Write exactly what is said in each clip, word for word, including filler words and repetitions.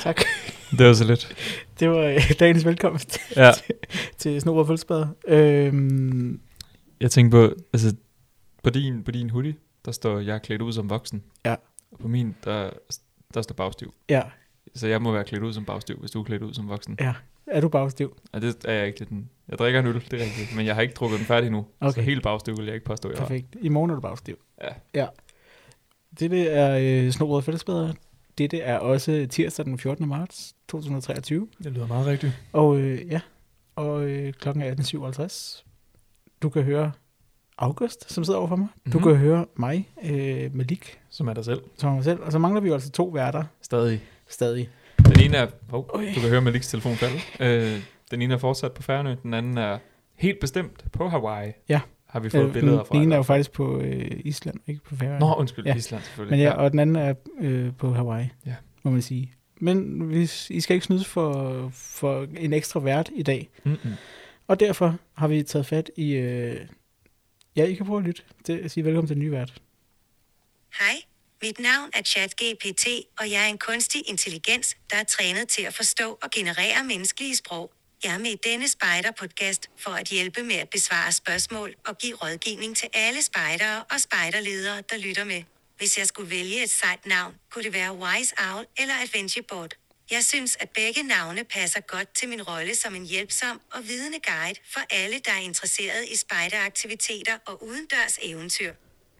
Tak. Det var så lidt. Det var øh, dagens velkomst Ja. til, til Snobrød Fødselsbader. Øhm, Jeg tænkte på, altså på din, på din hoodie, der står, jeg er klædt ud som voksen. Ja. Og på min, der, der står bagstiv. ja, Så jeg må være klædt ud som bagstiv, hvis du er klædt ud som voksen. ja. Er du bagstiv? Og det er jeg ikke lidt den. Jeg drikker en øl, det er rigtigt. Men jeg har ikke drukket den færdig nu. Okay. Så helt bagstiv vil jeg ikke påstå, jeg har. Perfekt. I morgen er du bagstiv. Ja. Ja. Dette er øh, Snobrød Fødselsbader. Dette er også tirsdag den fjortende marts to tusind og treogtyve. Det lyder meget rigtigt. Og øh, ja, og øh, klokken er atten syvoghalvtreds. Du kan høre August, som sidder overfor mig. Mm-hmm. Du Mhm. kan høre mig, øh, Malik, Som er dig selv. som er mig selv. Og så mangler vi jo altså to værter Stadig. stadig. Den ene er, oh, Oj. du kan høre Maliks telefon falde. Øh, den ene er fortsat på Færøerne, den anden er helt bestemt på Hawaii. Ja. Har vi fået Øh, billeder fra. Den ene er jo faktisk på øh, Island, ikke på Færøerne. Nå, undskyld, Ja. Island selvfølgelig. Men ja, og den anden er øh, på Hawaii, Ja. må man sige. Men hvis, I skal ikke snydes for, for en ekstra vært i dag. Mm-mm. Og derfor har vi taget fat i... Øh, ja, I kan prøve at lytte. Det at sige velkommen til den nye vært. Hej, mit navn er ChatGPT, og jeg er en kunstig intelligens, der er trænet til at forstå og generere menneskelige sprog. Jeg er med i denne spejder-podcast for at hjælpe med at besvare spørgsmål og give rådgivning til alle spejdere og spejderledere, der lytter med. Hvis jeg skulle vælge et sejt navn, kunne det være Wise Owl eller AdventureBot. Jeg synes, at begge navne passer godt til min rolle som en hjælpsom og vidende guide for alle, der er interesseret i spejderaktiviteter og udendørs eventyr.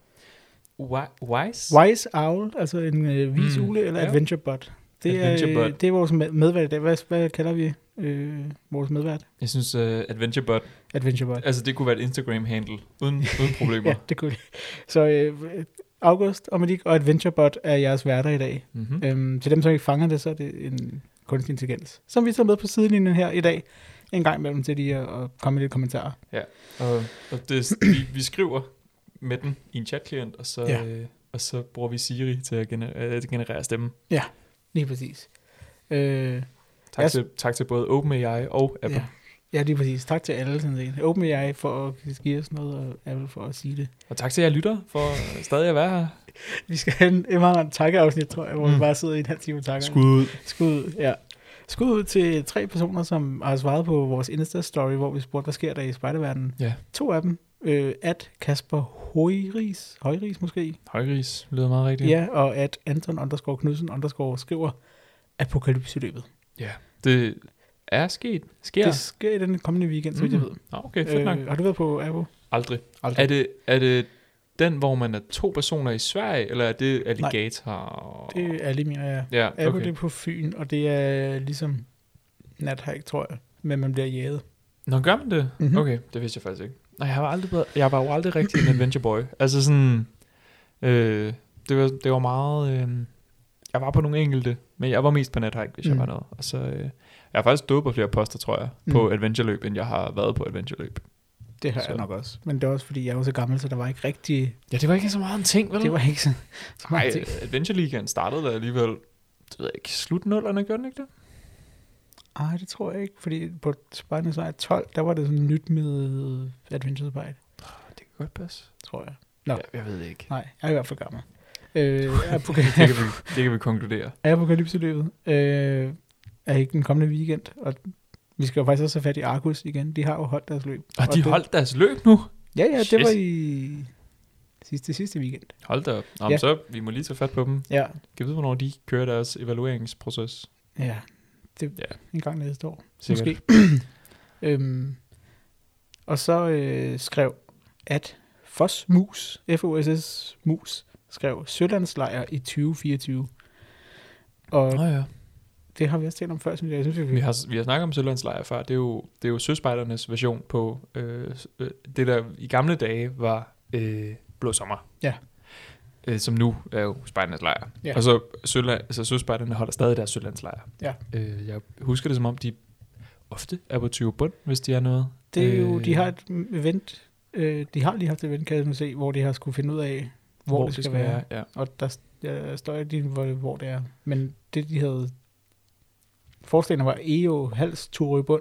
Wi- Wise? Wise Owl, altså en øh, vis Mm, ule, eller ja. AdventureBot. Det er, AdventureBot. øh, det er vores med- medvært i dag. Hvad, hvad kalder vi øh, vores medvært? Jeg synes, uh, AdventureBot, AdventureBot. altså det kunne være et Instagram-handle, uden, uden problemer. Ja, det kunne det. Så øh, August og Malik og AdventureBot er jeres værter i dag. Mm-hmm. Øhm, til dem, som ikke fanger det, så er det en kunstig intelligens, som vi tager med på sidelinjen her i dag. En gang imellem til lige at, at komme med lidt kommentarer. Og, og det, vi, vi skriver med den i en chat-klient, og så, Ja. øh, og så bruger vi Siri til at generere, at generere stemme. Lige præcis. Øh, Tak, Jeg- til, tak til både OpenAI og Apple. ja. ja, lige præcis. Tak til alle. Sådan set. OpenAI for at give os noget, og Apple for at sige det. Og tak til jer lytter for stadig at være her. Vi skal have en, en meget takkeafsnit, tror jeg, hvor mm. vi Mm. bare sidder i en halv time og takker. Skud ud. Skud ud, ja. Skud ud til tre personer, som har svaret på vores Insta-story, hvor vi spurgte, hvad sker der i spejderverdenen. Ja. To af dem, øh, at Kasper Højris, Højris måske, Højris lyder meget rigtigt. ja, og at Anton underscore Knudsen underscore skriver apokalypseløbet. Ja. Det er sket. Sker. Det sker i den kommende weekend, så vidt jeg ved. Nå, okay, fedt nok. Øh, har du været på Abo? Aldrig. Aldrig. Er det, er det den, hvor man er to personer i Sverige, eller er det Alligator? Og... Det er alle mener jeg. Ja, Abo, okay. det er på Fyn, og det er ligesom nathike, tror jeg, men man bliver jaget. Nå, gør man det? Mhm. Okay, det vidste jeg faktisk ikke. Nej, jeg var, aldrig, blevet- jeg var jo aldrig rigtig en adventure boy. Altså sådan, øh, det, var, det var meget, øh, jeg var på nogle enkelte, men jeg var mest på nathike, hvis mm. jeg Mm. var noget. Og så, øh, jeg har faktisk stået på flere poster, tror jeg, mm. på Mm. adventureløb, end jeg har været på adventureløb. Det har Så. jeg nok også. Men det er også, fordi jeg er jo så gammel, så der var ikke rigtig... Ja, det var ikke så meget en ting, vel? Det var ikke så, så Nej, meget ting. Adventure Ligaen startede da alligevel, det ved jeg ikke, slut nullerne, gjorde den ikke det? Ej, det tror jeg ikke, fordi på Spejdernes Lejr tolv, der var det sådan nyt med Adventure Spejder, Det kan godt passe. tror jeg. Nå. Ja, jeg ved ikke. Nej, jeg er i hvert fald gammel. Øh, det, kan vi, det kan vi konkludere. Apokalypseløbet øh, er ikke den kommende weekend, og vi skal jo faktisk også have fat i Argus igen. De har jo holdt deres løb. Og de det, holdt deres løb nu? Ja, ja, det Shit. var i sidste, sidste weekend. Hold da op. Nå, Ja. ja. Så vi må lige tage fat på dem. Ja, Kan vide, hvornår de kører deres evalueringsproces? ja. Det Ja. ja. en gang næste år. Sikkert. Måske. øhm, og så øh, skrev at Foss Mus, F O S S Mus, skrev Sølandslejr i tyve fireogtyve. Og Nå ja. det har vi også talt om før, synes jeg. Jeg synes, vi, Vi har, vi har snakket om Sølandslejr før. Det er jo, det er jo Søspejdernes version på øh, øh, det, der i gamle dage var øh, Blå Sommer. Ja. Øh, som nu er jo Spejdernes lejr. Ja. Og så Søland, altså Søspejderne holder stadig deres Sølandslejr. Ja. Øh, jeg husker det som om, de ofte er på tyve bund, hvis de er noget. det er jo, Øh, de har et event, øh, de har lige haft et event, kan jeg nu se, hvor de har skulle finde ud af, hvor, hvor det skal, skal være. være. Ja. Og der, der står ikke lige, hvor, hvor det er. Men det, de havde forestillingen var E O hals tur i bund.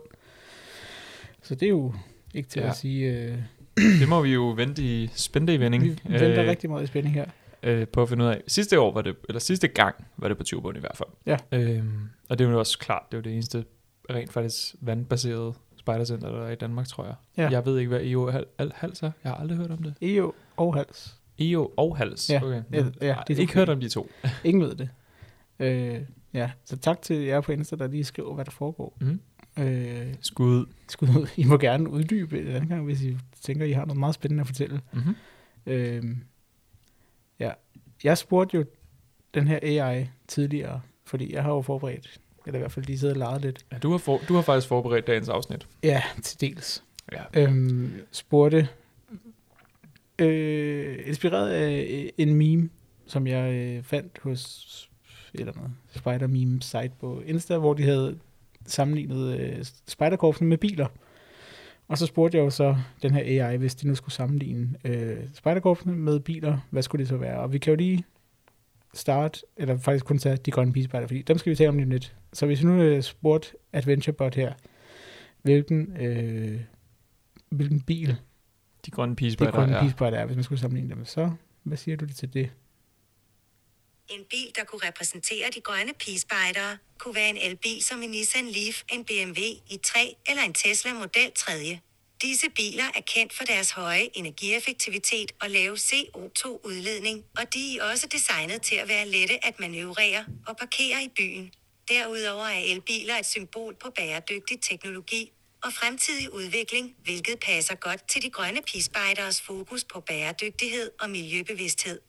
Så det er jo ikke til Ja. at sige... Øh, Det må vi jo vente i spændte i vending. vi venter øh, rigtig meget i spænding her. øh, på at finde ud af. Sidste år var det, eller sidste gang var det på turbund i hvert fald. Ja. Øhm, og det er jo også klart, det er jo det eneste rent faktisk vandbaserede spejdercenter, der er i Danmark, tror jeg. Ja. Jeg ved ikke, hvad E O hal, al, hals er. Jeg har aldrig hørt om det. E O og hals. E O og hals? Ja. Okay. Ja, ja, Jeg har de to ikke hørt om de to. Ingen ved det. Øh, ja, så tak til jer på Insta, der lige skriver, hvad der foregår. Mm. Øh, Skud. skud ud. I må gerne uddybe det den gang, hvis I tænker, I har noget meget spændende at fortælle. Mm-hmm. Øh, ja, jeg spurgte jo den her A I tidligere, fordi jeg har jo forberedt, eller i hvert fald lige siddet og leget lidt. Ja, du har, for, du har faktisk forberedt dagens afsnit. Ja, til dels. Ja. Øhm, spurgte, øh, inspireret af en meme, som jeg øh, fandt hos eller noget, Spider Meme site på Insta, hvor de havde sammenlignet øh, spejderkorpsen med biler. Og så spurgte jeg jo så den her A I, hvis de nu skulle sammenligne øh, spejderkorpsene med biler, hvad skulle det så være? Og vi kan jo lige starte, eller faktisk kun tage de grønne pigespejder, fordi dem skal vi tale om lige lidt. Så hvis vi nu øh, spurgte AdventureBot her, hvilken, øh, hvilken bil De grønne de pigespejder grønne er. pigespejder er, hvis man skulle sammenligne dem, så hvad siger du det til det? En bil, der kunne repræsentere de grønne pigespejdere, kunne være en elbil som en Nissan Leaf, en B M W i tre eller en Tesla Model tre. Disse biler er kendt for deres høje energieffektivitet og lave C O to udledning, og de er også designet til at være lette at manøvrere og parkere i byen. Derudover er elbiler et symbol på bæredygtig teknologi og fremtidig udvikling, hvilket passer godt til de grønne pigespejderes fokus på bæredygtighed og miljøbevidsthed.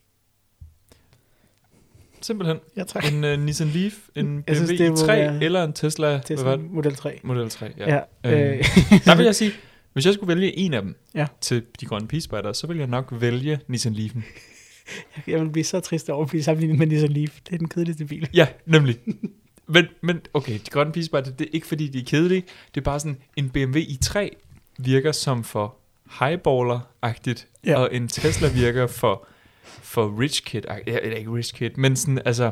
Simpelthen. Ja, tak. En uh, Nissan Leaf, en B Jeg M W synes, det må i tre være eller en Tesla, Tesla hvad var det? Model tre. Model tre. Ja. Ja, Øh, øh, Der vil jeg sige, hvis jeg skulle vælge en af dem Ja. til de grønne pigespejder, så ville jeg nok vælge Nissan Leaf'en. jeg vil blive så trist over at blive sammenlignet med Nissan Leaf. Det er den kedeligste bil. Ja, nemlig. Men, men okay, de grønne pigespejder, det er ikke fordi, de er kedelige. Det er bare sådan, en B M W i tre virker som for highballer-agtigt, Ja. og en Tesla virker for, for rich kid-agtigt. Eller ikke rich kid, men sådan, altså...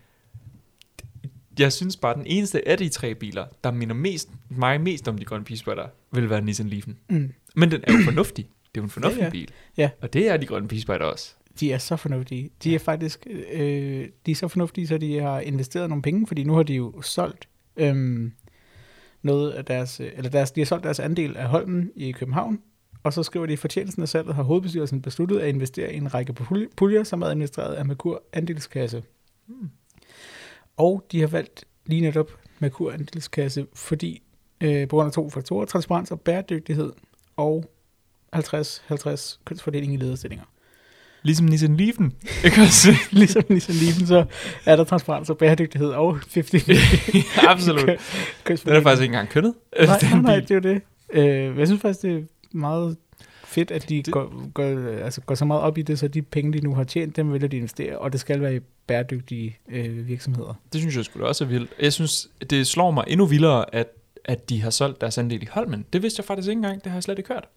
Jeg synes bare, den eneste af de tre biler, der minder mest, mig mest om de grønne pigespejder, vil være Nissan Leaf'en. Mm. Men den er jo fornuftig. Det er jo en fornuftig Ja, ja. bil. Ja. Og det er de grønne pigespejder også. De er så fornuftige. De er faktisk øh, de er så fornuftige, så de har investeret nogle penge, fordi nu har de jo solgt øh, noget af deres, eller deres, de har solgt deres andel af Holmen i København, og så skriver de, i fortjenesten af salget har hovedbestyrelsen besluttet at investere i en række puljer, som er administreret af Merkur Andelskasse. Hmm. Og de har valgt lige netop Merkur Andelskasse, fordi øh, på grund af to faktorer, transparens og bæredygtighed, og halvtreds halvtreds kønsfordeling i lederstillinger. Ligesom Nissan Leaf'en. Ikke også? Ligesom Nissan Leaf'en, så er der transparens og bæredygtighed og halvtreds halvtreds. Ja, absolut. Den er faktisk ikke engang kønnet. Nej, den nej, nej, bil. det er jo det. Øh, jeg synes faktisk, det er meget fedt, at de Det- går, går, altså går så meget op i det, så de penge, de nu har tjent, dem vælger de investere, og det skal være i bæredygtige øh, virksomheder. Det synes jeg sgu da også er vildt. Jeg synes, det slår mig endnu vildere, at, at de har solgt deres andel i Holmen. Det vidste jeg faktisk ikke engang. Det har jeg slet ikke hørt.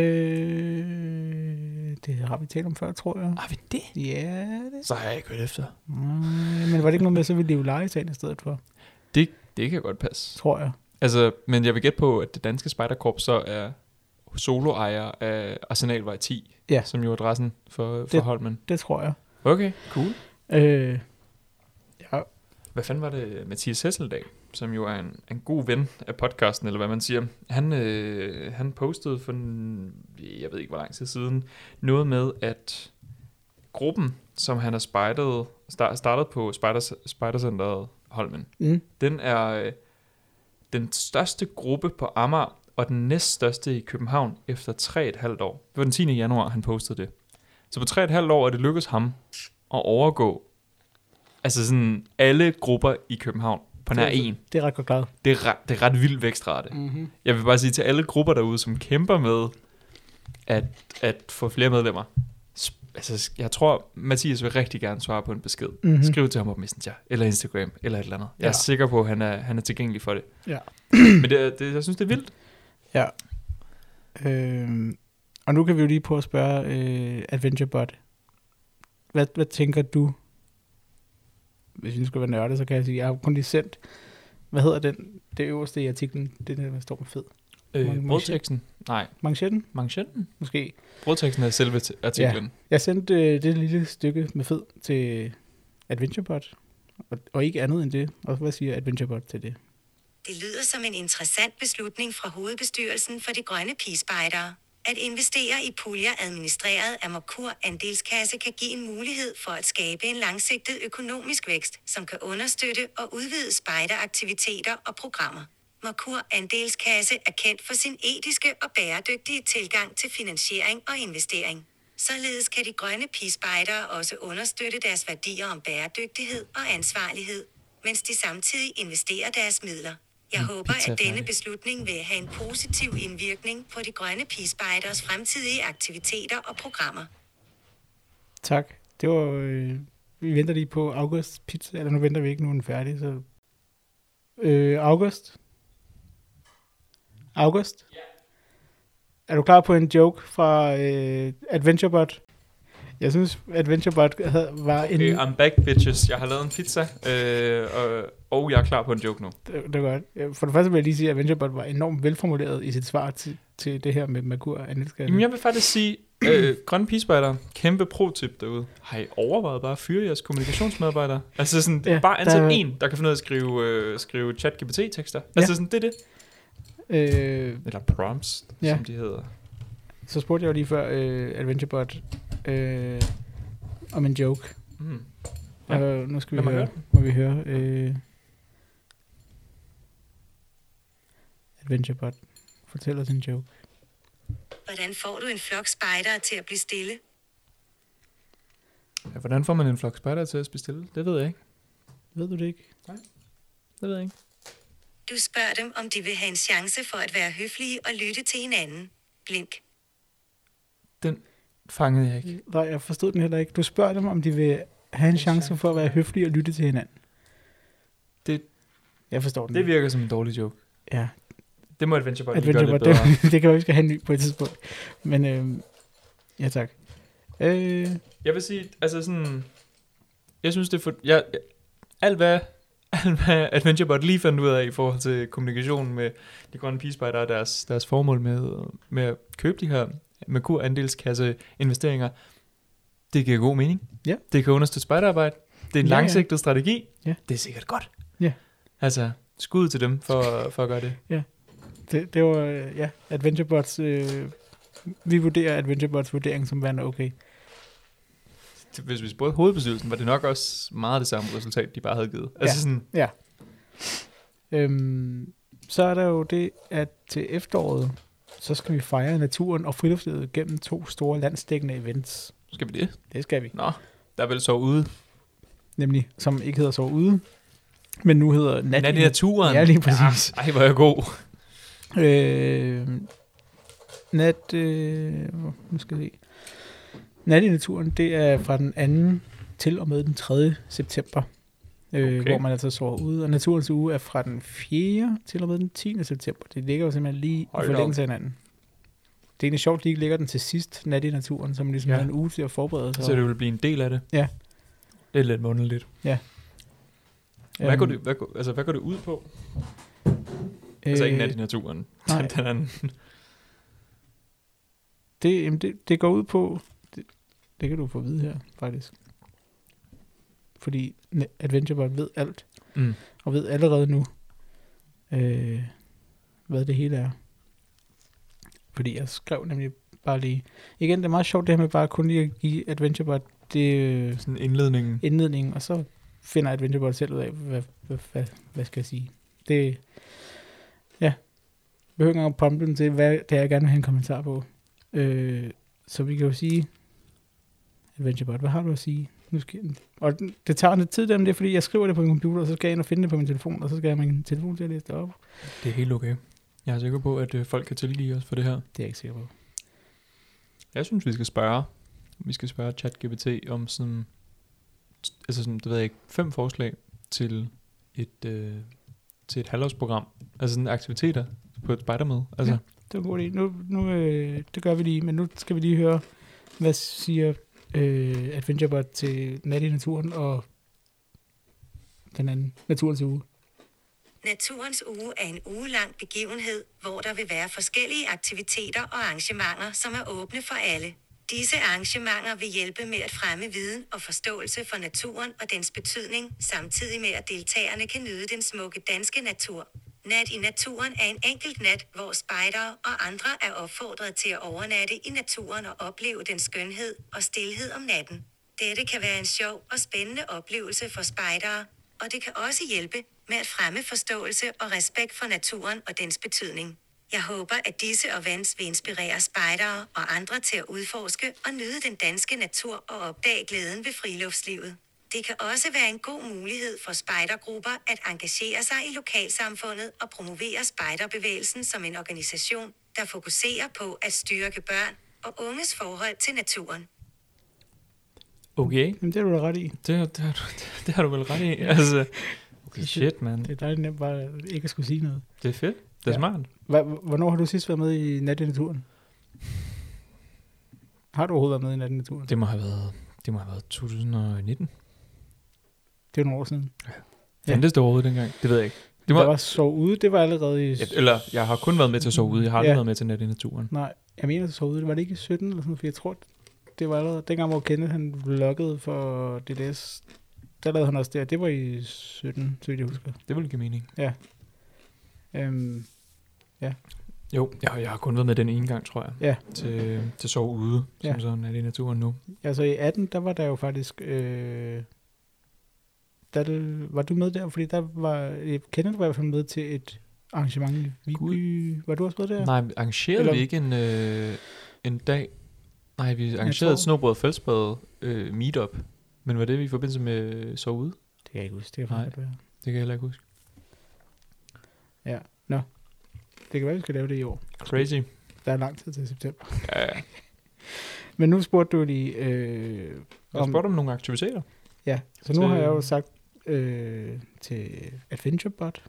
Øh, det har vi talt om før, tror jeg. Har vi det? Ja, det. Så har jeg ikke hørt efter. Mm, men var det ikke noget med, så ville de jo lege i sagen i stedet for, Det, det kan godt passe. tror jeg. Altså, men jeg vil gætte på, at det danske spejderkorps så er soloejer af Arsenalvej ti, Ja. som jo er adressen for, for Det- Holmen. Det tror jeg. Okay, cool. Øh, ja, Hvad fanden var det, Mathias Hesseldag, som jo er en, en god ven af podcasten, eller hvad man siger. Han, øh, han postede for, en, jeg ved ikke hvor lang tid siden, noget med, at gruppen, som han har spejdet, start, startet på spejder, spejdercenteret Holmen, mm, den er øh, den største gruppe på Amager, og den næststørste i København efter tre og et halvt år. Det var den tiende januar, han postede det. Så på tre og et halvt år er det lykkedes ham at overgå altså sådan alle grupper i København på nær Det er- en. det er ret godt klaret. Det er ret, det er ret vild vækstrate. Mm-hmm. Jeg vil bare sige til alle grupper derude, som kæmper med at, at få flere medlemmer. s- Altså, jeg tror, Mathias vil rigtig gerne svare på en besked. Mm-hmm. Skriv til ham på Messenger, eller Instagram, eller et eller andet. Jeg er Ja. sikker på, at han er, han er tilgængelig for det. Ja. Men det, er- det, jeg synes, det er vildt. Ja. Øh, og nu kan vi jo lige prøve at spørge øh, AdventureBot. Hvad, hvad tænker du? Hvis vi nu skal være nørdet, så kan jeg sige, jeg har kun lige sendt, hvad hedder den, det øverste i artiklen, det er det, der står med fed. Øh, brødteksten? Nej. Manchetten? Manchetten? Måske. Brødteksten er selve t- artiklen. Ja. Jeg sendte øh, det lille stykke med fed til AdventureBot, og, og ikke andet end det. Og hvad siger AdventureBot til det? Det lyder som en interessant beslutning fra hovedbestyrelsen for de grønne pigespejdere. At investere i puljer administreret af Merkur Andelskasse kan give en mulighed for at skabe en langsigtet økonomisk vækst, som kan understøtte og udvide spejderaktiviteter og programmer. Merkur Andelskasse er kendt for sin etiske og bæredygtige tilgang til finansiering og investering. Således kan de grønne pigespejdere også understøtte deres værdier om bæredygtighed og ansvarlighed, mens de samtidig investerer deres midler. Jeg håber, at denne beslutning vil have en positiv indvirkning på de grønne pigespejders fremtidige aktiviteter og programmer. Tak. Det var... Øh, vi venter lige på August Pizza, eller nu venter vi ikke, nu er den færdig, så... Øh, August? August? Ja. Er du klar på en joke fra øh, AdventureBot? Jeg synes, AdventureBot havde, var en... Okay, I'm back, bitches. Jeg har lavet en pizza, øh, og, og jeg er klar på en joke nu. Det, det er godt. For det første vil jeg lige sige, at AdventureBot var enormt velformuleret i sit svar til, til det her med Merkur Andelskasse. Jamen, jeg vil faktisk sige, øh, grønne pigespejder, kæmpe pro-tip derude. Har I overvejet bare at fyre jeres kommunikationsmedarbejdere? Altså sådan, ja, bare ansæt der... en, der kan finde ud af at skrive, øh, skrive chat-G P T-tekster. Ja. Altså sådan, det er det. Øh, Eller prompts, ja. Som de hedder. Så spurgte jeg jo lige før øh, AdventureBot øh, om en joke. Mm. Ja. Og nu skal vi høre, høre må vi høre øh, AdventureBot fortæl os en joke. Hvordan får du en flok spejdere til at blive stille? Ja, hvordan får man en flok spejdere til at blive stille? Det ved jeg ikke. Ved du det ikke? Nej, det ved jeg ikke. Du spørger dem, om de vil have en chance for at være høflige og lytte til hinanden. Blink. Den fangede jeg ikke. Nej, jeg forstod den heller ikke. Du spørger dem, om de vil have en chance for at være høflige og lytte til hinanden. Det, jeg forstår den. Det virker som en dårlig joke. Ja. Det må AdventureBot lige Adventure gøre lidt bedre. Det, det kan vi ikke have en ny på et tidspunkt. Men øh, ja, tak. Øh. Jeg vil sige, altså sådan, jeg synes det er for, jeg, alt hvad, alt hvad AdventureBot lige fandt ud af i forhold til kommunikation med de grønne pigespejdere og deres, deres formål med, med at købe de her Merkur Andelskasse investeringer, det giver god mening. Ja. Det kan understøtte spejderarbejde. Det er en ja, langsigtet ja. strategi. Ja. Det er sikkert godt. Ja. Altså, skud til dem for, for at gøre det. Ja. Det, det var, ja, AdventureBots, øh, vi vurderer AdventureBots vurdering som værende okay. Hvis vi spurgte hovedbestyrelsen, var det nok også meget det samme resultat, de bare havde givet. Ja, altså sådan, ja. Øhm, så er der jo det, at til efteråret, så skal vi fejre naturen og friluftslivet gennem to store landsdækkende events. Skal vi det? Det skal vi. Nå, der er vel Sove Ude. Nemlig, som ikke hedder Sove Ude, men nu hedder Nat, Nat i naturen. Ja, lige præcis. Ja, ej, hvor er jeg god. Øh, nat, øh, nu skal vi se. Nat i naturen, det er fra den anden til og med den tredje september, øh, okay. hvor man altså sover ude. Og naturens uge er fra den fjerde til og med den tiende september. Det ligger jo simpelthen lige i forlængelse af hinanden. Det er egentlig sjovt, at de ikke ligger den til sidst, Nat i naturen, som ligesom ja. er en uge til at forberede sig. Så det vil blive en del af det? Ja. Det er lidt underligt. Ja. Hvad, um, går det, hvad, går, altså, hvad går det ud på? Øh, altså ikke Nat i naturen. Nej. Den anden. Det, jamen det, det går ud på... Det, det kan du få at vide her, faktisk. Fordi AdventureBot ved alt. Mm. Og ved allerede nu, øh, hvad det hele er. Fordi jeg skrev nemlig bare lige... Igen, det er meget sjovt det her med bare kun lige at give AdventureBot det... Sådan indledningen. Indledningen, og så finder AdventureBot selv ud af, hvad, hvad, hvad, hvad skal jeg sige. Det... Ja. Jeg behøver ikke engang prompte dem til, hvad det er, jeg gerne vil have en kommentar på. Øh, så vi kan jo sige... AdventureBot, hvad har du at sige? Nu skal, og det tager lidt tid, det er fordi, jeg skriver det på min computer, og så skal jeg ind og finde det på min telefon, og så skal jeg have min telefon til at læse det op. Det er helt okay. Jeg er sikker på, at øh, folk kan tilgive os for det her. Det er jeg ikke sikker på. Jeg synes, vi skal spørge. Vi skal spørge ChatGPT om sådan, altså sådan, det ved jeg ikke, fem forslag til et, øh, til et halvårsprogram. Altså sådan aktiviteter på et spejdermøde. Altså. Ja, det er en god idé. Nu, nu, øh, det gør vi lige, men nu skal vi lige høre, hvad siger øh, AdventureBot til Nat i naturen og den anden naturens uge. Naturens uge er en ugelang begivenhed, hvor der vil være forskellige aktiviteter og arrangementer, som er åbne for alle. Disse arrangementer vil hjælpe med at fremme viden og forståelse for naturen og dens betydning, samtidig med at deltagerne kan nyde den smukke danske natur. Nat i naturen er en enkelt nat, hvor spejdere og andre er opfordret til at overnatte i naturen og opleve den skønhed og stilhed om natten. Dette kan være en sjov og spændende oplevelse for spejdere, og det kan også hjælpe med at fremme forståelse og respekt for naturen og dens betydning. Jeg håber, at disse events vil inspirere spejdere og andre til at udforske og nyde den danske natur og opdage glæden ved friluftslivet. Det kan også være en god mulighed for spejdergrupper at engagere sig i lokalsamfundet og promovere spejderbevægelsen som en organisation, der fokuserer på at styrke børn og unges forhold til naturen. Okay. Jamen, det er du da ret i. Det, det, har, du, det har du vel ret i. Altså, okay, shit, man. Det er dejligt nemt bare ikke at skulle sige noget. Det er fedt. Det er ja. smart. Hva- hvornår har du sidst været med i Nat i Naturen? Har du overhovedet været med i Nat i Naturen? Det må have været, det må have været to tusind nitten. Det er nogle år siden. Ja. Fandtes det overhovedet dengang? Det ved jeg ikke. Det var... Der var sove ude, det var allerede i... Ja, eller, jeg har kun været med til at sove ude. Jeg har aldrig ja. været med til Nat i Naturen. Nej, jeg mener at sove ude. Var det ikke i sytten eller sådan noget? For jeg tror, det var allerede... Dengang, hvor Kenneth han vloggede for D D S, der lavede han også det. Det var i sytten, så vidt jeg husker. Det ville give mening. Ja. Øhm, ja. Jo, jeg, jeg har kun været med den ene gang, tror jeg. Ja. Til, til sove ude, ja. som sådan er det i naturen nu. Altså i atten, der var der jo faktisk... Øh, der, var du med der? Fordi der var... Kenneth var i hvert fald med til et arrangement i Viby. Var du også med der? Nej, arrangerede Eller... vi ikke en, øh, en dag? Nej, vi arrangerede et Snobrød og Fællesbad øh, meetup. Men var det vi i forbindelse med sove ude? Det kan jeg ikke huske. Det kan Nej, det kan jeg heller ikke huske. Ja, nå. No. Det kan være, vi skal lave det i år. Crazy. Der er lang tid til september. Ja, ja. Men nu spurgte du lige... Øh, jeg spurgte om nogle aktiviteter. Ja, så nu til... har jeg jo sagt øh, til AdventureBot.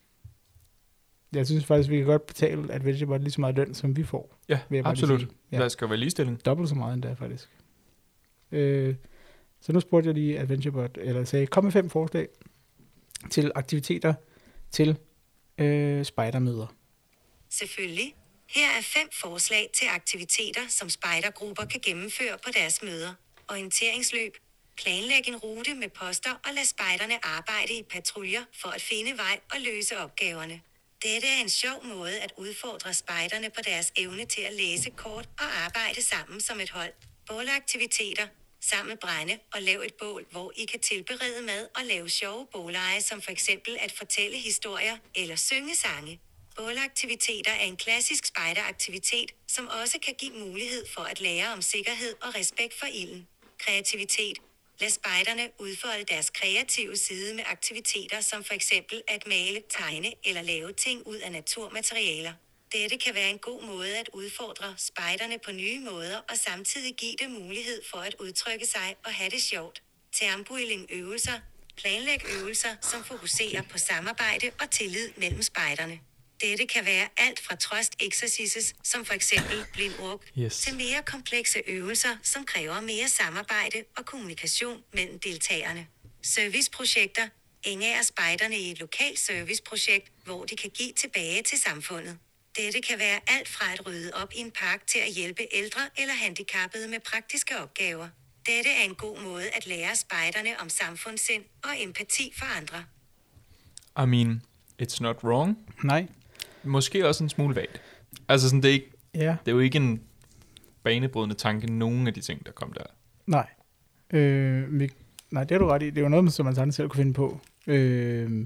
Jeg synes faktisk, vi kan godt betale AdventureBot lige så meget løn, som vi får. Ja, absolut. Ja. Der skal være ligestilling. Dobbelt så meget endda, faktisk. Øh, så nu spurgte jeg lige AdventureBot, eller sagde, kom med fem forslag til aktiviteter til øh, spejdermøder. Selvfølgelig. Her er fem forslag til aktiviteter, som spejdergrupper kan gennemføre på deres møder. Orienteringsløb. Planlæg en rute med poster og lad spejderne arbejde i patruljer for at finde vej og løse opgaverne. Dette er en sjov måde at udfordre spejderne på deres evne til at læse kort og arbejde sammen som et hold. Bålaktiviteter. Samle brænde og lav et bål, hvor I kan tilberede mad og lave sjove båleje, som for eksempel at fortælle historier eller synge sange. Bålaktiviteter er en klassisk spejderaktivitet, som også kan give mulighed for at lære om sikkerhed og respekt for ilden. Kreativitet. Lad spejderne udfolde deres kreative side med aktiviteter som for eksempel at male, tegne eller lave ting ud af naturmaterialer. Dette kan være en god måde at udfordre spejderne på nye måder og samtidig give dem mulighed for at udtrykke sig og have det sjovt. Teambuilding øvelser. Planlæg øvelser, som fokuserer på samarbejde og tillid mellem spejderne. Dette kan være alt fra trust exercises, som for eksempel blind ork, yes. til mere komplekse øvelser, som kræver mere samarbejde og kommunikation mellem deltagerne. Serviceprojekter. Engager spejderne i et lokalt serviceprojekt, hvor de kan give tilbage til samfundet. Dette kan være alt fra at rydde op i en park til at hjælpe ældre eller handicappede med praktiske opgaver. Dette er en god måde at lære spejderne om samfundssind og empati for andre. I mean, it's not wrong. Nej. Måske også en smule vagt. Altså sådan, det er, ikke, ja. det er jo ikke en banebrydende tanke, nogen af de ting, der kom der. Nej. Øh, vi, nej, det er du ret i. Det er jo noget, som man sagtens selv kunne finde på. Øh,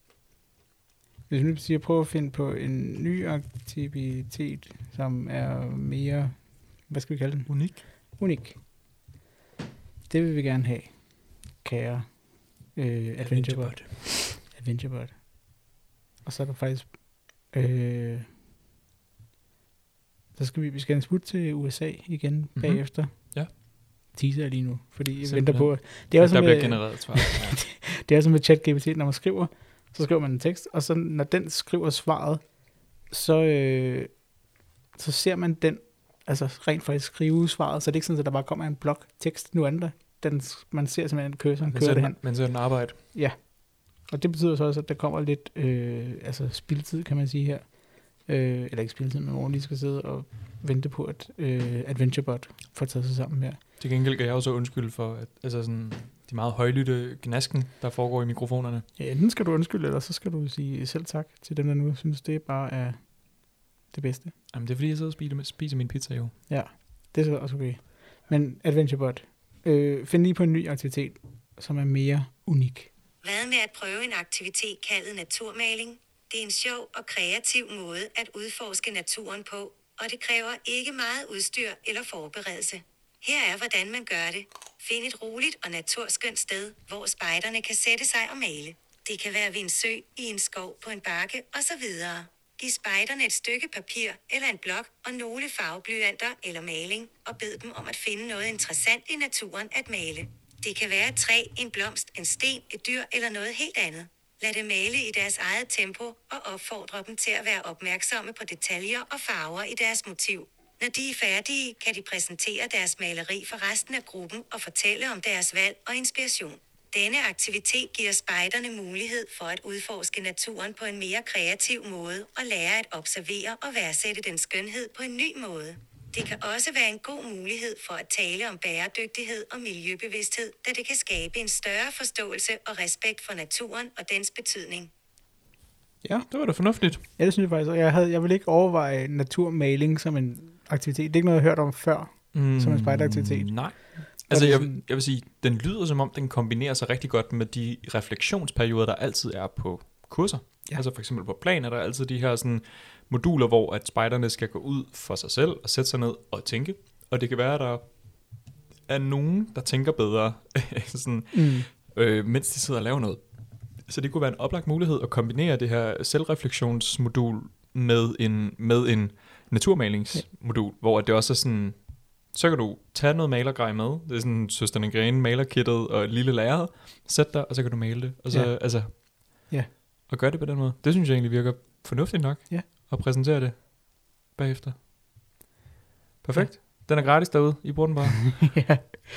hvis man siger, prøv at finde på en ny aktivitet, som er mere, hvad skal vi kalde den? Unik. Unik. Det vil vi gerne have, kære øh, AdventureBot. AdventureBot. Og så er der faktisk... Øh, så skal vi, vi skal en smut til U S A igen mm-hmm. bagefter. Ja. Teaser lige nu, fordi jeg Simpelthen. venter på... Det er også der med, bliver genereret svar. Ja. det, det er som med ChatGPT, når man skriver, så skriver man en tekst, og så når den skriver svaret, så, øh, så ser man den, altså rent faktisk skrive svaret, så det er ikke sådan, at der bare kommer en blok tekst nu andet. Den, man ser simpelthen cursoren køre det hen. Man ser den arbejde. Ja. Og det betyder så også, at der kommer lidt øh, altså spildtid, kan man sige her. Øh, eller ikke spildtid, men hvor man lige skal sidde og vente på, at øh, AdventureBot får taget sig sammen her. Til gengæld kan jeg også undskylde for at, altså sådan, de meget højlytte gnasken, der foregår i mikrofonerne. Ja, enten skal du undskylde, eller så skal du sige selv tak til dem, der nu synes, det bare er det bedste. Jamen, det er fordi, jeg sidder og spiser, spiser min pizza jo. Ja, det er så også okay. Men AdventureBot, øh, find lige på en ny aktivitet, som er mere unik. Hvad med at prøve en aktivitet kaldet naturmaling? Det er en sjov og kreativ måde at udforske naturen på, og det kræver ikke meget udstyr eller forberedelse. Her er, hvordan man gør det. Find et roligt og naturskønt sted, hvor spejderne kan sætte sig og male. Det kan være ved en sø, i en skov, på en bakke osv. Giv spejderne et stykke papir eller en blok og nogle farveblyanter eller maling, og bed dem om at finde noget interessant i naturen at male. Det kan være et træ, en blomst, en sten, et dyr eller noget helt andet. Lad dem male i deres eget tempo og opfordre dem til at være opmærksomme på detaljer og farver i deres motiv. Når de er færdige, kan de præsentere deres maleri for resten af gruppen og fortælle om deres valg og inspiration. Denne aktivitet giver spejderne mulighed for at udforske naturen på en mere kreativ måde og lære at observere og værdsætte den skønhed på en ny måde. Det kan også være en god mulighed for at tale om bæredygtighed og miljøbevidsthed, da det kan skabe en større forståelse og respekt for naturen og dens betydning. Ja, Det var da fornuftigt. ja det synes jeg faktisk. Og jeg, havde, jeg ville ikke overveje naturmaling som en aktivitet. Det er ikke noget, jeg har hørt om før, mm, som en spejderaktivitet. Nej. Altså, det jeg, sådan- jeg vil sige, den lyder som om, den kombinerer sig rigtig godt med de refleksionsperioder, der altid er på kurser. Ja. Altså for eksempel på plan er der altid de her sådan, moduler, hvor at spejderne skal gå ud for sig selv og sætte sig ned og tænke. Og det kan være, at der er nogen, der tænker bedre, sådan, Mm. øh, mens de sidder og laver noget. Så det kunne være en oplagt mulighed at kombinere det her selvrefleksionsmodul med en, med en naturmalingsmodul, hvor det også er sådan, så kan du tage noget malergrej med, det er sådan Søsterne Grene malerkittet og et lille lærred, sæt dig, og så kan du male det, og så, Ja. altså, Ja. og gøre det på den måde. Det synes jeg egentlig virker fornuftigt nok, Ja. at præsentere det bagefter. Perfekt. Ja. Den er gratis derude, I bruger den bare. ja.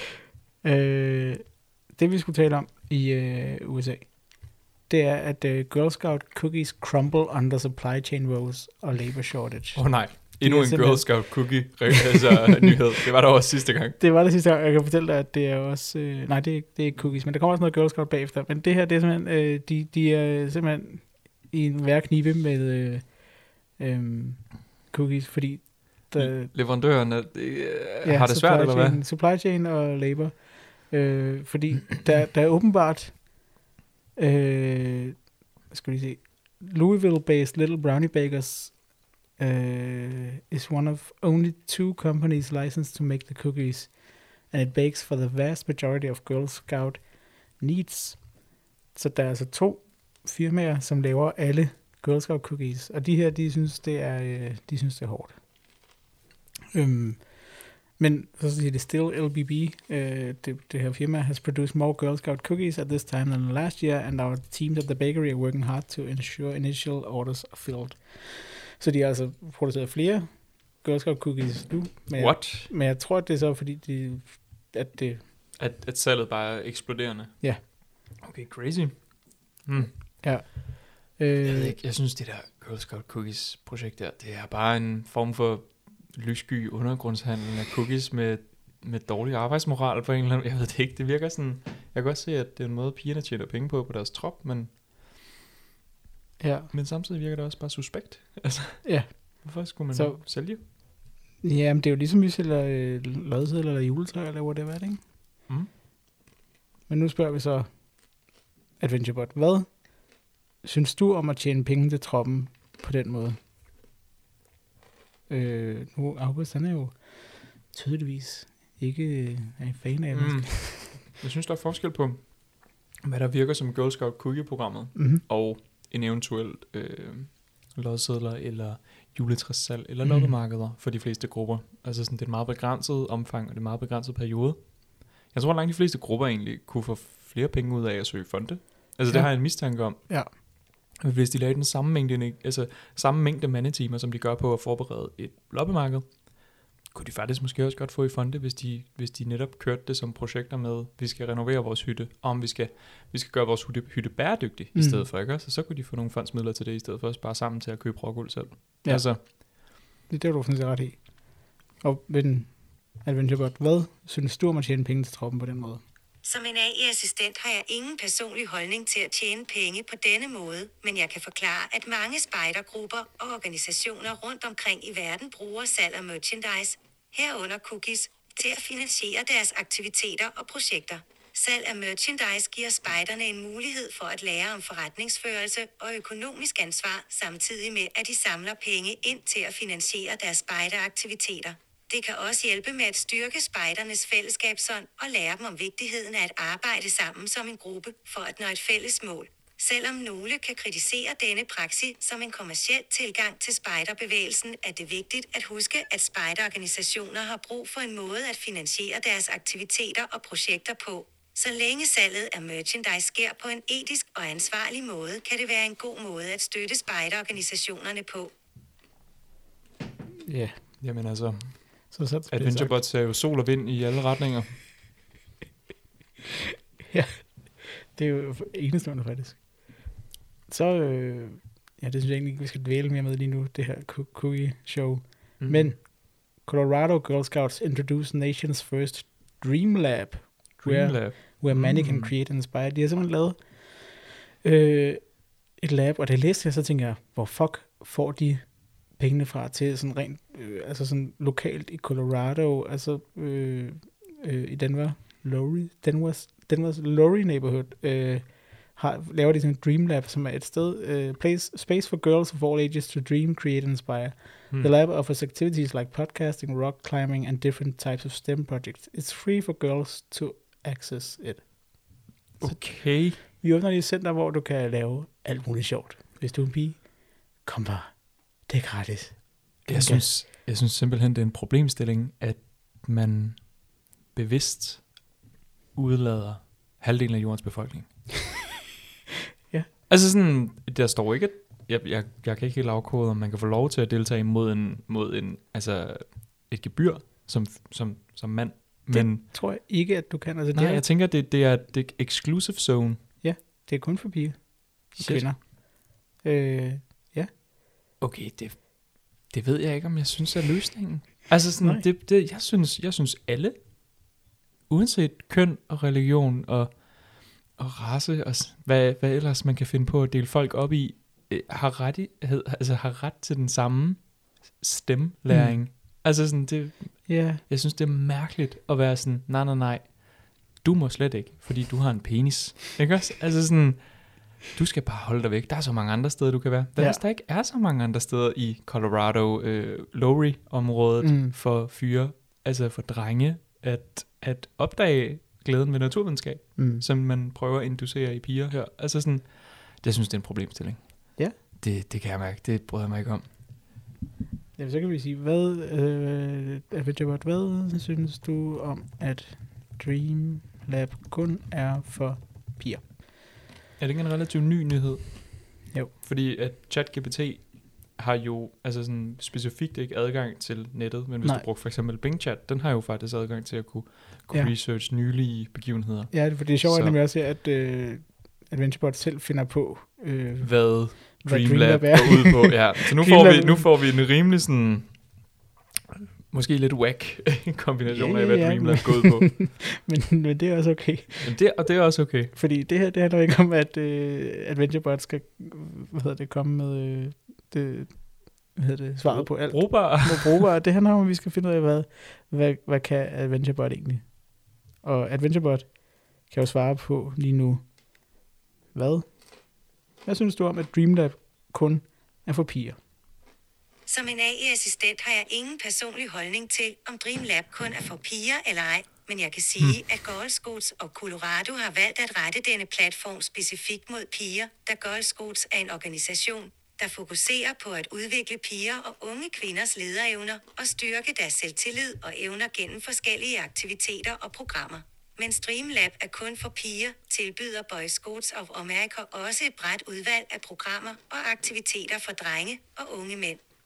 Øh, det vi skulle tale om i øh, U S A, det er, at øh, Girl Scout cookies crumble under supply chain woes og labor shortage. Åh oh, nej, endnu er en simpelthen- Girl Scout cookie altså, nyhed. Det var der også sidste gang. Det var det sidste gang. Jeg kan fortælle dig, at det er også... Øh, nej, det er, ikke, det er ikke cookies, men der kommer også noget Girl Scout bagefter. Men det her, det er simpelthen... Øh, de, de er simpelthen i en værre knibe med øh, øh, cookies, fordi... Der, Leverandøren er, øh, ja, har det svært, eller hvad? chain, supply chain og labor. Øh, fordi der, der er åbenbart... Øh, hvad skal vi se... Louisville-based Little Brownie Bakers uh, is one of only two companies licensed to make the cookies, and it bakes for the vast majority of Girl Scout needs. Så der er altså to firmaer, som laver alle Girl Scout cookies, og de her, de synes, det er, øh, de synes, det er hårdt. Um, men så siger det still L B B, uh, det, det her firma, has produced more Girl Scout cookies at this time than last year, and our teams at the bakery are working hard to ensure initial orders are filled. Så de har altså produceret flere Girl Scout cookies nu. Men What? Jeg, men jeg tror, at det er så, fordi de, at det... At, at salget bare er eksploderende? Ja. Okay, crazy. Hmm. Ja. Jeg ved Øh, ikke, jeg synes, det der Girl Scout Cookies projekt der, det er bare en form for lyssky undergrundshandel af cookies med, med dårlig arbejdsmoral på en eller anden. Jeg ved det ikke, det virker sådan, jeg kan godt se, at det er en måde, pigerne tjener penge på på deres trop, men, ja. men samtidig virker det også bare suspekt. Altså, Ja. hvorfor skulle man Så- så sælge? Ja, men det er jo ligesom, vi sælger øh, lodsedler eller juletræ, eller whatever det er, ikke? Mm. Men nu spørger vi så AdventureBot. Hvad synes du om at tjene penge til troppen på den måde? Øh, nu August, han er jo tydeligvis ikke øh, er en fan af det. Mm. Jeg synes, der er forskel på, hvad der virker som Girl Scout Cookie-programmet, Mm-hmm. og en eventuel øh, lodsedler eller juletræssalg eller Mhm. loppemarkeder for de fleste grupper. Altså sådan, det er et meget begrænset omfang, og det er en meget begrænset periode. Jeg tror, at langt de fleste grupper egentlig kunne få flere penge ud af at søge fonde. Altså det Ja. har jeg en mistanke om. Ja. Hvis de lavede den samme mængde, altså samme mængde mandetimer, som de gør på at forberede et loppemarked, kunne de faktisk måske også godt få i fonde, hvis de, hvis de netop kørte det som projekter med, vi skal renovere vores hytte, og om vi skal, vi skal gøre vores hytte, hytte bæredygtig mm. i stedet for, ikke? Så, så kunne de få nogle fondsmidler til det, i stedet for at spare sammen til at købe råguld selv. Ja, altså. det, det er du faktisk ret i. Og men AdventureBot, hvad synes du om at tjene penge til troppen på den måde? Som en A I-assistent har jeg ingen personlig holdning til at tjene penge på denne måde, men jeg kan forklare, at mange spejdergrupper og organisationer rundt omkring i verden bruger salg af merchandise, herunder cookies, til at finansiere deres aktiviteter og projekter. Salg af merchandise giver spejderne en mulighed for at lære om forretningsførelse og økonomisk ansvar, samtidig med, at de samler penge ind til at finansiere deres spejderaktiviteter. Det kan også hjælpe med at styrke spejdernes fællesskabsånd og lære dem om vigtigheden af at arbejde sammen som en gruppe for at nå et fælles mål. Selvom nogle kan kritisere denne praksis som en kommerciel tilgang til spejderbevægelsen, er det vigtigt at huske, at spejderorganisationer har brug for en måde at finansiere deres aktiviteter og projekter på. Så længe salget af merchandise sker på en etisk og ansvarlig måde, kan det være en god måde at støtte spejderorganisationerne på. Ja. Yeah. Jamen altså, så, så AdventureBot ser jo sol og vind i alle retninger. Ja, det er jo enestående faktisk. Så, øh, ja, det synes jeg egentlig, vi skal dvæle mere med lige nu, det her cookie show. Mm. Men Colorado Girl Scouts introduce nation's first Dream Lab, Dream where, Lab. where many can create and inspire. De har simpelthen lavet øh, et lab, og da jeg læste det, så tænker jeg, hvor fuck får de pengene fra til sådan rent, øh, altså sådan lokalt i Colorado, altså øh, øh, i Denver, Lowry, Denver's, Denver's Lowry neighborhood, øh, har, laver de sådan en Dream Lab, som er et sted, øh, place, space for girls of all ages to dream, create and inspire. Hmm. The lab offers activities like podcasting, rock climbing and different types of STEM projects. It's free for girls to access it. Okay. Så vi åbner lige et center, hvor du kan lave alt muligt sjovt. Hvis du er en pige, kom bare. Det er gratis. Jeg synes, jeg synes simpelthen, det er en problemstilling, at man bevidst udlader halvdelen af jordens befolkning. Ja. Altså sådan, der står ikke, at jeg, jeg, jeg kan ikke helt afkode, om man kan få lov til at deltage mod en, mod en altså et gebyr som, som, som mand. Men det tror jeg ikke, at du kan. Altså, nej, det er, jeg tænker, det, det er det exclusive zone. Ja, det er kun for piger og Shit. kvinder. Øh, ja. Okay, det, det ved jeg ikke, om jeg synes er løsningen. Altså sådan, det, det, jeg, synes, jeg synes alle, uanset køn og religion og, og race, og hvad, hvad ellers man kan finde på at dele folk op i, har ret, i, altså har ret til den samme stemlæring. Mm. Altså sådan, det, yeah. jeg synes, det er mærkeligt at være sådan, nej, nej, nej, du må slet ikke, fordi du har en penis. Ikke også? Altså sådan, du skal bare holde dig væk. Der er så mange andre steder, du kan være. Hvad ja. Hvis der ikke er så mange andre steder i Colorado, øh, Lowry-området mm. for fyre, altså for drenge, at, at opdage glæden ved naturvidenskab, mm. som man prøver at inducere i piger her. Altså sådan, det synes det er en problemstilling. Ja. Det, det kan jeg mærke. Det bryder jeg mig ikke om. Ja, så kan vi sige, hvad, øh, AdventureBot, hvad synes du om, at Dream Lab kun er for piger? Er det ikke en relativt ny nyhed? Jo. Fordi at ChatGPT har jo altså sådan specifikt ikke adgang til nettet, men hvis Nej. du bruger for eksempel Bing Chat, den har jo faktisk adgang til at kunne, kunne ja. research nylige begivenheder. Ja, for det er sjovt nemlig også, at øh, AdventureBot selv finder på, øh, hvad Dream Lab går ud på. Ja. Så nu får, vi, nu får vi en rimelig sådan, måske lidt whack kombination yeah, af, hvad ja, Dream Lab går ud på. men, men det er også okay. Men det, og det er også okay. Fordi det her, det handler ikke om, at øh, AdventureBot skal, hvad hedder det, komme med øh, det, hvad hedder det, svaret på alt. Brugbar. Brugbar. Det handler om, at vi skal finde ud af, hvad, hvad, hvad kan AdventureBot egentlig? Og AdventureBot kan jo svare på lige nu, hvad? Hvad synes du om, at Dream Lab kun er for piger? Som en A I-assistent har jeg ingen personlig holdning til, om Dream Lab kun er for piger eller ej, men jeg kan sige, hmm. at Girl Scouts og Colorado har valgt at rette denne platform specifikt mod piger, da Girl Scouts er en organisation, der fokuserer på at udvikle piger og unge kvinders lederevner og styrke deres selvtillid og evner gennem forskellige aktiviteter og programmer. Mens Dream Lab er kun for piger, tilbyder Boy Scouts of America også et bredt udvalg af programmer og aktiviteter for drenge og unge mænd.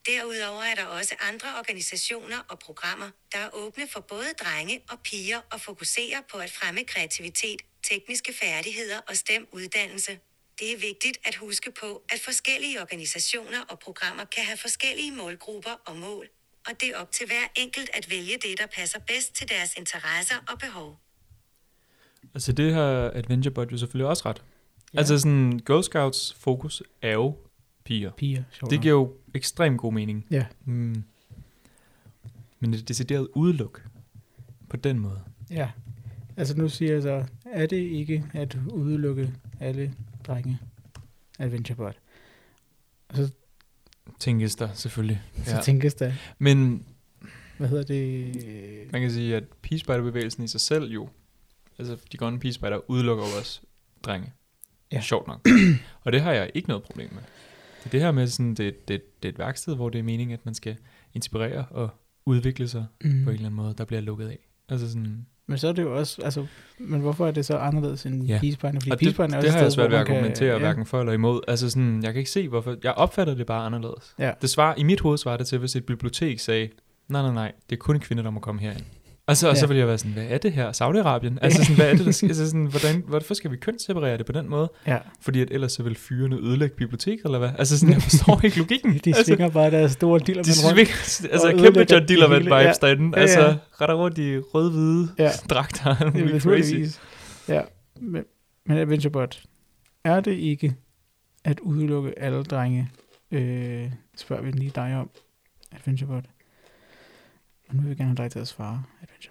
Derudover er der også andre organisationer og programmer, der er åbne for både drenge og piger og fokuserer på at fremme kreativitet, tekniske færdigheder og STEM-uddannelse. Det er vigtigt at huske på, at forskellige organisationer og programmer kan have forskellige målgrupper og mål, og det er op til hver enkelt at vælge det, der passer bedst til deres interesser og behov. Altså det har AdventureBot jo selvfølgelig også ret. Ja. Altså sådan, Girl Scouts fokus er jo piger. Piger, sjovt Det nok. giver jo ekstremt god mening. Ja. Mm. Men det er decideret udeluk på den måde. Ja, altså nu siger jeg så, er det ikke at udelukke alle drenge AdventureBot? Og så, Tænkes der selvfølgelig. så ja. tænkes der, Men hvad hedder det? man kan sige, at pigespejderbevægelsen i sig selv jo, altså de grønne pigespejder udelukker jo også drenge. Ja. Sjovt nok. Og det har jeg ikke noget problem med. Det er det her med, sådan, det, det, det er et værksted, hvor det er meningen, at man skal inspirere og udvikle sig Mm. på en eller anden måde, der bliver lukket af. Altså sådan, Men så er det jo også, altså, men hvorfor er det så anderledes end Ja. pigespejerne? Fordi og det, pigespejerne er det også har et jeg sted, svært ved hvor at man kan- argumentere ja. hverken for eller imod. Altså sådan, jeg kan ikke se, hvorfor. Jeg opfatter det bare anderledes. Ja. Det svarer, i mit hoved svarer det til, hvis et bibliotek sagde, nej, nej, nej, det er kun kvinder, der må komme herind. Altså, og Ja. så vil jeg være sådan, hvad er det her? Saudi-Arabien? Altså sådan, hvad er det, der sker? Altså sådan, hvordan, hvorfor skal vi kønsseparere det på den måde? Ja, Fordi at ellers så vil fyrene ødelægge biblioteket, eller hvad? Altså sådan, jeg forstår ikke logikken. de altså, svinger bare deres store diller de med rundt. svinger, altså og kæmpe ødelægger John det Dillermand hele. vibes Ja. derinde. Ja, ja. Altså, retter rundt i rød-hvide Ja. dragter. og alt Det er muligt crazy. naturligvis. Ja, men, men AdventureBot, er det ikke at udelukke alle drenge, øh, spørger vi lige dig om, AdventureBot. Og nu vil jeg gerne have dig til at svare, AdventureBot.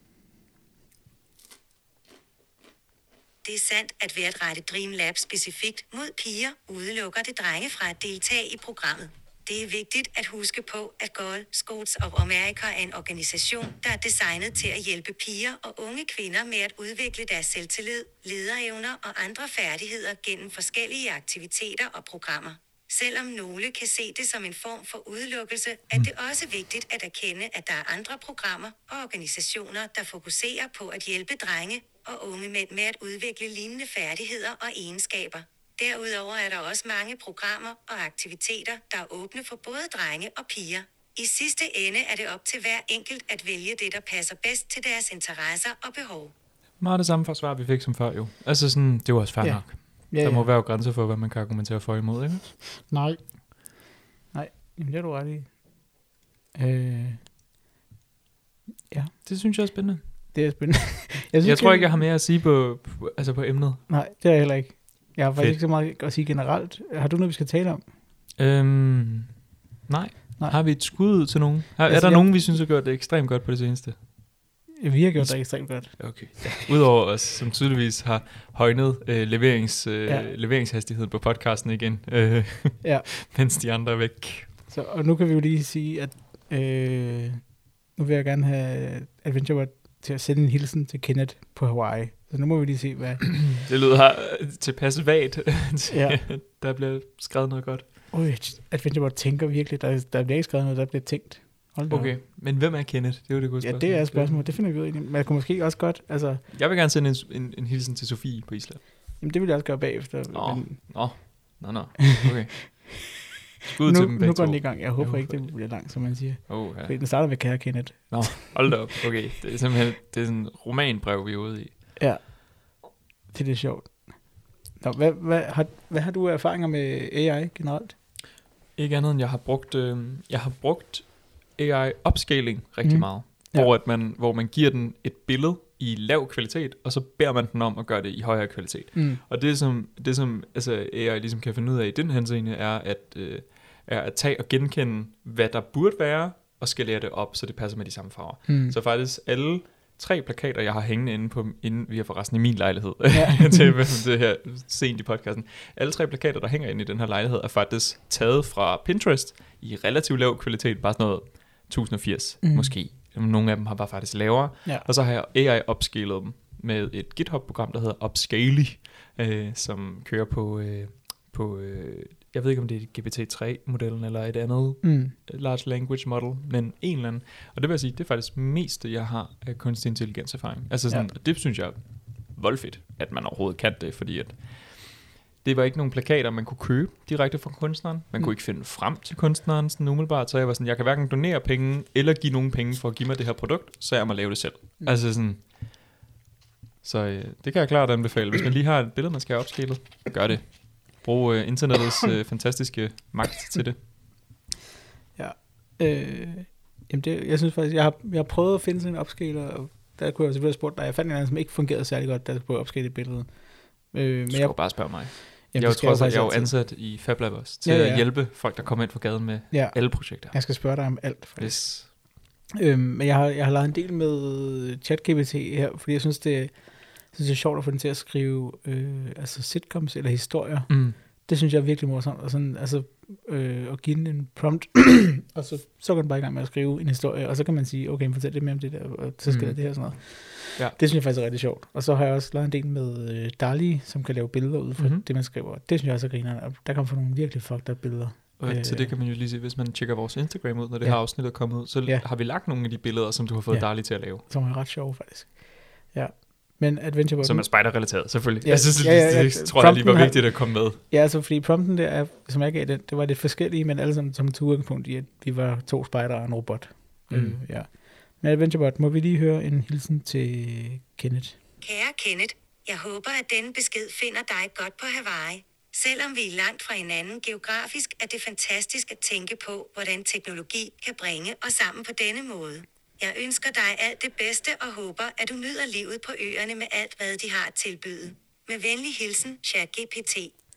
Det er sandt, at ved at rette Dream Lab specifikt mod piger, udelukker det drenge fra at deltage i programmet. Det er vigtigt at huske på, at Girl Scouts of America er en organisation, der er designet til at hjælpe piger og unge kvinder med at udvikle deres selvtillid, lederevner og andre færdigheder gennem forskellige aktiviteter og programmer. Selvom nogle kan se det som en form for udelukkelse, er det også vigtigt at erkende, at der er andre programmer og organisationer, der fokuserer på at hjælpe drenge og unge mænd med at udvikle lignende færdigheder og egenskaber. Derudover er der også mange programmer og aktiviteter, der er åbne for både drenge og piger. I sidste ende er det op til hver enkelt at vælge det, der passer bedst til deres interesser og behov. Meget det samme forsvar, vi fik som før jo. Altså sådan, det var også fair Ja. nok. Ja, Der ja. må være jo grænser for, hvad man kan argumentere for imod, ikke? Nej. Nej, jamen det er du ret i. Øh, Det synes jeg er spændende. det er spændende. Jeg, synes, jeg tror ikke, jeg har mere at sige på, på, altså på emnet. Nej, det er jeg heller ikke. Jeg har faktisk Fedt. ikke så meget at sige generelt. Har du noget, vi skal tale om? Øhm, nej. Nej. Har vi et skud ud til nogen? Har, Altså, er der jeg- nogen, vi synes har gjort det ekstremt godt på det seneste? Vi har gjort det ekstremt godt. Okay. Ja. Udover os, som tydeligvis har højnet øh, leverings, øh, Ja. leveringshastigheden på podcasten igen, øh, Ja. mens de andre er væk. Så, og nu kan vi jo lige sige, at øh, nu vil jeg gerne have AdventureBot til at sende en hilsen til Kenneth på Hawaii. Så nu må vi lige se, hvad... Det lyder her tilpas vagt, til, Ja. der bliver skrevet noget godt. Øj, AdventureBot tænker virkelig, der, der bliver ikke skrevet noget, der bliver tænkt. Hold da op. Okay, men hvem er Kenneth? Det er jo det gode Ja, spørgsmål. det er et spørgsmål. Det finder vi ud af. Men jeg kunne måske også godt... Altså, Jeg vil gerne sende en, en, en hilsen til Sofie på Island. jamen, det vil jeg også gøre bagefter. Nå. Men Nå, nå, nå. Okay. Skud til nu, dem nu begge går den to. i gang. Jeg håber Jeg ikke, håber det bliver langt, som man siger. Oh, ja. Fordi den starter med kære Kenneth. Hold da op. Okay, det er simpelthen det er sådan en romanbrev, vi er ude i. Ja. Det er lidt sjovt. Nå, hvad, hvad, har, hvad har du af erfaringer med A I generelt? Ikke andet end, jeg har brugt, øh, jeg har brugt A I-upscaling rigtig Mm. mm. meget. Ja. Hvor, at man, hvor man giver den et billede i lav kvalitet, og så beder man den om at gøre det i højere kvalitet. Mm. Og det som, det som altså A I ligesom kan finde ud af i den henseende, er at, øh, er at tage og genkende, hvad der burde være, og skalere det op, så det passer med de samme farver. Mm. Så faktisk alle tre plakater, jeg har hængende inde på, inden vi er forresten i min lejlighed, Ja. til det her sent i podcasten. Alle tre plakater, der hænger inde i den her lejlighed, er faktisk taget fra Pinterest i relativt lav kvalitet, bare sådan noget tusind og firs Mm. mm. måske. Nogle af dem har bare faktisk lavere. Ja. Og så har jeg A I-upscalet dem med et GitHub-program, der hedder Upscaly, øh, som kører på, øh, på øh, jeg ved ikke om det er G P T tre modellen eller et andet Mm. large language model, men en eller anden. Og det vil jeg sige, det er faktisk mest det, jeg har af kunstig intelligens erfaring. Altså sådan, Ja. ja. Det synes jeg er voldfedt, at man overhovedet kan det, fordi at Det var ikke nogen plakater, man kunne købe direkte fra kunstneren. Man mm. kunne ikke finde frem til kunstneren sådan umiddelbart. Så jeg var sådan, jeg kan hverken donere penge, eller give nogen penge for at give mig det her produkt, så jeg må lave det selv. Mm. Altså sådan... Så øh, det kan jeg klart anbefale. Hvis man lige har et billede, man skal have opscalet, gør det. Brug øh, internettets øh, fantastiske magt til det. Ja. Øh, jamen det, jeg synes faktisk, jeg har, jeg har prøvet at finde sådan en upscaler, og der kunne jeg selvfølgelig have spurgt dig. Jeg fandt en anden, som ikke fungerede særlig godt, da jeg prøvede at upscale et billede. Øh, men du skal jeg, jo bare spørge mig. Jamen, jeg, tror, jeg, jeg er jo altid. ansat i FabLab også, til ja, ja. at hjælpe folk, der kommer ind fra gaden med ja. alle projekter. Jeg skal spørge dig om alt, faktisk. Yes. Øhm, men jeg har, jeg har lavet en del med ChatGPT her, fordi jeg synes, det, jeg synes, det er sjovt at få den til at skrive øh, altså sitcoms eller historier. Mm. Det synes jeg er virkelig morsomt. Og sådan, altså, øh, at give den en prompt, og så, så går den bare i gang med at skrive en historie, og så kan man sige, okay, fortæl lidt mere om det der, og så skal mm. der det her og sådan noget. Ja. Det synes jeg faktisk er rigtig sjovt. Og så har jeg også lavet en del med øh, DALL-E, som kan lave billeder ud fra mm-hmm. det, man skriver. Det synes jeg også er grinerne. Og der kan man få nogle virkelig fucked up billeder. Og øh, så det kan man jo lige se, hvis man tjekker vores Instagram ud, når det ja. her afsnit er kommet ud, så ja. har vi lagt nogle af de billeder, som du har fået ja. DALL-E til at lave. Som er ret sjove, faktisk. Ja. Men AdventureBot... Som er spider-relateret, selvfølgelig. Ja, jeg synes, ja, ja, ja, det, det tror jeg lige var vigtigt at komme med. Ja, altså fordi prompten der, er, som jeg gav den, det var lidt forskellige, men alle sammen som tog udgangspunkt i, at vi var to spider og en robot. Mm. Øh, ja. Men AdventureBot, må vi lige høre en hilsen til Kenneth. Kære Kenneth, jeg håber, at denne besked finder dig godt på Hawaii. Selvom vi er langt fra hinanden geografisk, er det fantastisk at tænke på, hvordan teknologi kan bringe os sammen på denne måde. Jeg ønsker dig alt det bedste og håber, at du nyder livet på øerne med alt, hvad de har at tilbyde. Med venlig hilsen, ChatGPT.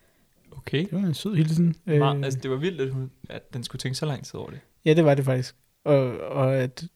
Okay. Det var en sød hilsen. Meget, øh, altså, det var vildt, at, hun, at den skulle tænke så lang tid over det. Ja, det var det faktisk. Og, og at...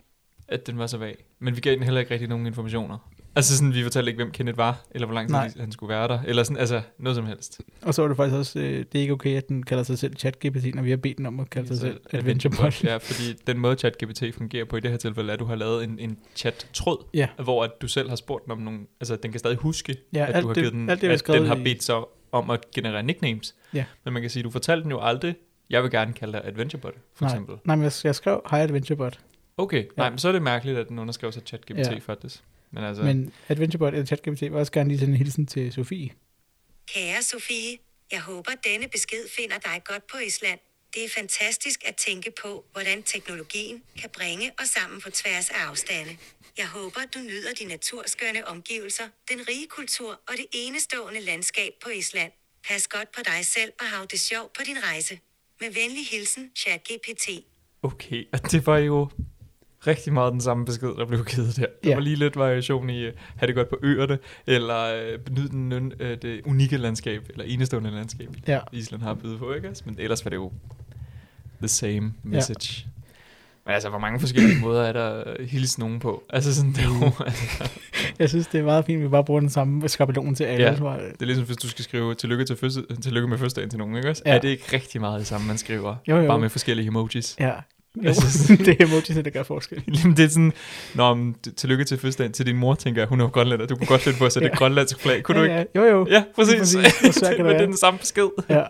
At den var så vag. Men vi gav den heller ikke rigtig nogen informationer. Altså sådan, vi fortalte ikke, hvem Kenneth var, eller hvor lang tid Nej. han skulle være der, eller sådan, altså noget som helst. Og så var det faktisk også, øh, det er ikke okay, at den kalder sig selv ChatGPT, når vi har bedt den om at kalde sig selv AdventureBot. Ja, fordi den måde ChatGPT fungerer på i det her tilfælde, er, at du har lavet en, en chat-tråd, ja. hvor at du selv har spurgt den om nogle, altså den kan stadig huske, ja, at du har det, givet den, det, at den har bedt sig om at generere nicknames. Ja. Men man kan sige, du fortalte den jo aldrig, jeg vil gerne kalde dig AdventureBot, for Nej. eksempel. Nej, men jeg, jeg skrev, hej AdventureBot. Okay, ja. Nej, men så er det mærkeligt, at den underskrev sig ChatGPT ja. faktisk. Men, altså... Men AdventureBot eller ChatGPT vil også gerne lige sende en hilsen til Sofie. Kære Sofie, jeg håber, denne besked finder dig godt på Island. Det er fantastisk at tænke på, hvordan teknologien kan bringe os sammen på tværs af afstande. Jeg håber, du nyder de naturskønne omgivelser, den rige kultur og det enestående landskab på Island. Pas godt på dig selv og hav det sjovt på din rejse. Med venlig hilsen, ChatGPT. Okay, og det var jo... rigtig meget den samme besked, der blev givet der. Der ja. var lige lidt variation i, uh, have det godt på øerne, eller uh, benyde den, uh, det unikke landskab, eller enestående landskab, ja. Island har bydet på, ikke? Men ellers var det jo the same message. Ja. Men altså, hvor mange forskellige måder er der at hilse nogen på? Altså sådan, det er jo... Altså. Jeg synes, det er meget fint, at vi bare bruger den samme skabelon til alle. Ja, det er ligesom, hvis du skal skrive tillykke, til fødsel, tillykke med fødselsdagen til nogen, ikke også? Ja. Er det ikke rigtig meget det samme, man skriver? Jo, jo. Bare med forskellige emojis? Ja. Jo, altså, det er emojis, der gør forskel. Det er sådan, nå, men tillykke til fødselsdagen til din mor, tænker jeg, hun er jo grønlænder, du kunne godt finde på at sætte ja. et grønlandsk flag, kunne ja, du ikke? Ja. Jo, jo. Ja, præcis. præcis. Det, det, det er den samme besked. Ja.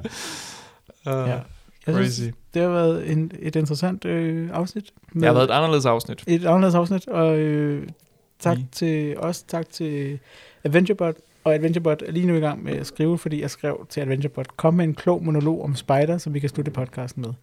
Uh, ja. Jeg crazy. Synes, det har været en, et interessant øh, afsnit. Det har været et anderledes afsnit. Et anderledes afsnit, og øh, tak I. til os, tak til AdventureBot. Og AdventureBot er lige nu i gang med at skrive, fordi jeg skrev til AdventureBot, kom med en klog monolog om spider, som vi kan slutte podcasten med.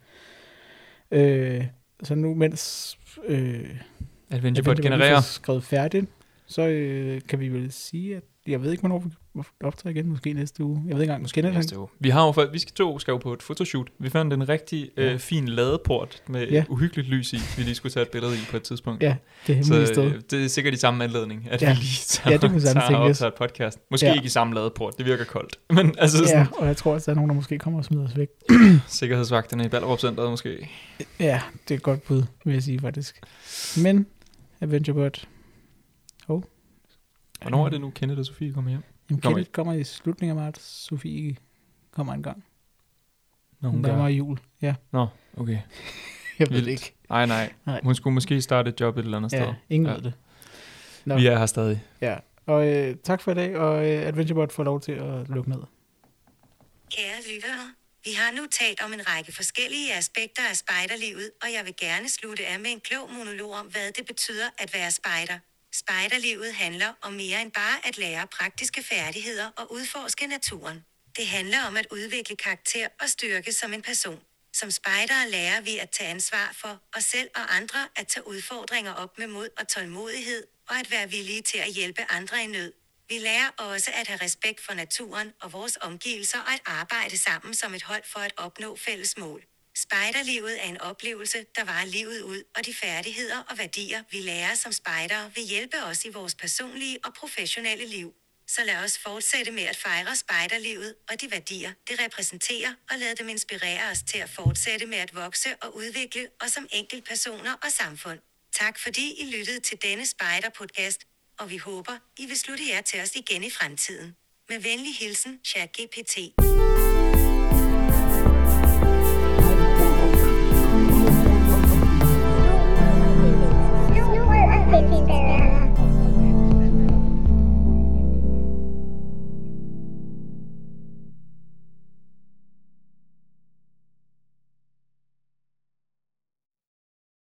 Øh, så nu, mens øh, AdventureBot genererer skrevet færdigt, så øh, kan vi vel sige, at jeg ved ikke, hvornår vi optager igen, måske næste uge. Jeg ved ikke engang, måske næste uge. Vi har jo, for, vi skal to skal jo på et fotoshoot. Vi fandt en rigtig ja. øh, fin ladeport med ja. uhyggeligt lys i, vi lige skulle tage et billede i på et tidspunkt. Ja, det er så øh, det er sikkert i samme anledning, at ja. vi lige tager, ja, det tager og optager et podcast. Måske ja. ikke i samme ladeport, det virker koldt. Men altså ja, sådan, og jeg tror også, der er nogen, der måske kommer og smider os væk. Sikkerhedsvagterne i Ballerup Centeret måske. Ja, det er et godt bud, vil jeg sige faktisk. Men AdventureBot. Oh. Hvornår er det nu, Kenneth og Sofie kommer hjem? Jamen, kommer Kenneth kommer i slutningen af marts. Sofie kommer en gang. Nå, hun, hun kommer i jul. Ja. Nå, okay. Jeg ved det ikke. Nej, nej, nej. Hun skulle måske starte et job et eller andet ja, sted. Ingen ja, ved det. Nå. Vi er her stadig. Ja, og øh, tak for i dag, og øh, AdventureBot får lov til at lukke ned. Kære lyttere, vi har nu talt om en række forskellige aspekter af spejderlivet, og jeg vil gerne slutte af med en klog monolog om, hvad det betyder at være spejder. Spejderlivet handler om mere end bare at lære praktiske færdigheder og udforske naturen. Det handler om at udvikle karakter og styrke som en person. Som spejdere lærer vi at tage ansvar for os selv og andre, at tage udfordringer op med mod og tålmodighed, og at være villige til at hjælpe andre i nød. Vi lærer også at have respekt for naturen og vores omgivelser og at arbejde sammen som et hold for at opnå fælles mål. Spejderlivet er en oplevelse, der varer livet ud, og de færdigheder og værdier, vi lærer som spejdere, vil hjælpe os i vores personlige og professionelle liv. Så lad os fortsætte med at fejre spejderlivet og de værdier, det repræsenterer, og lad dem inspirere os til at fortsætte med at vokse og udvikle os som enkeltpersoner og samfund. Tak fordi I lyttede til denne spejder-podcast, og vi håber, I vil slutte jer til os igen i fremtiden. Med venlig hilsen, ChatGPT.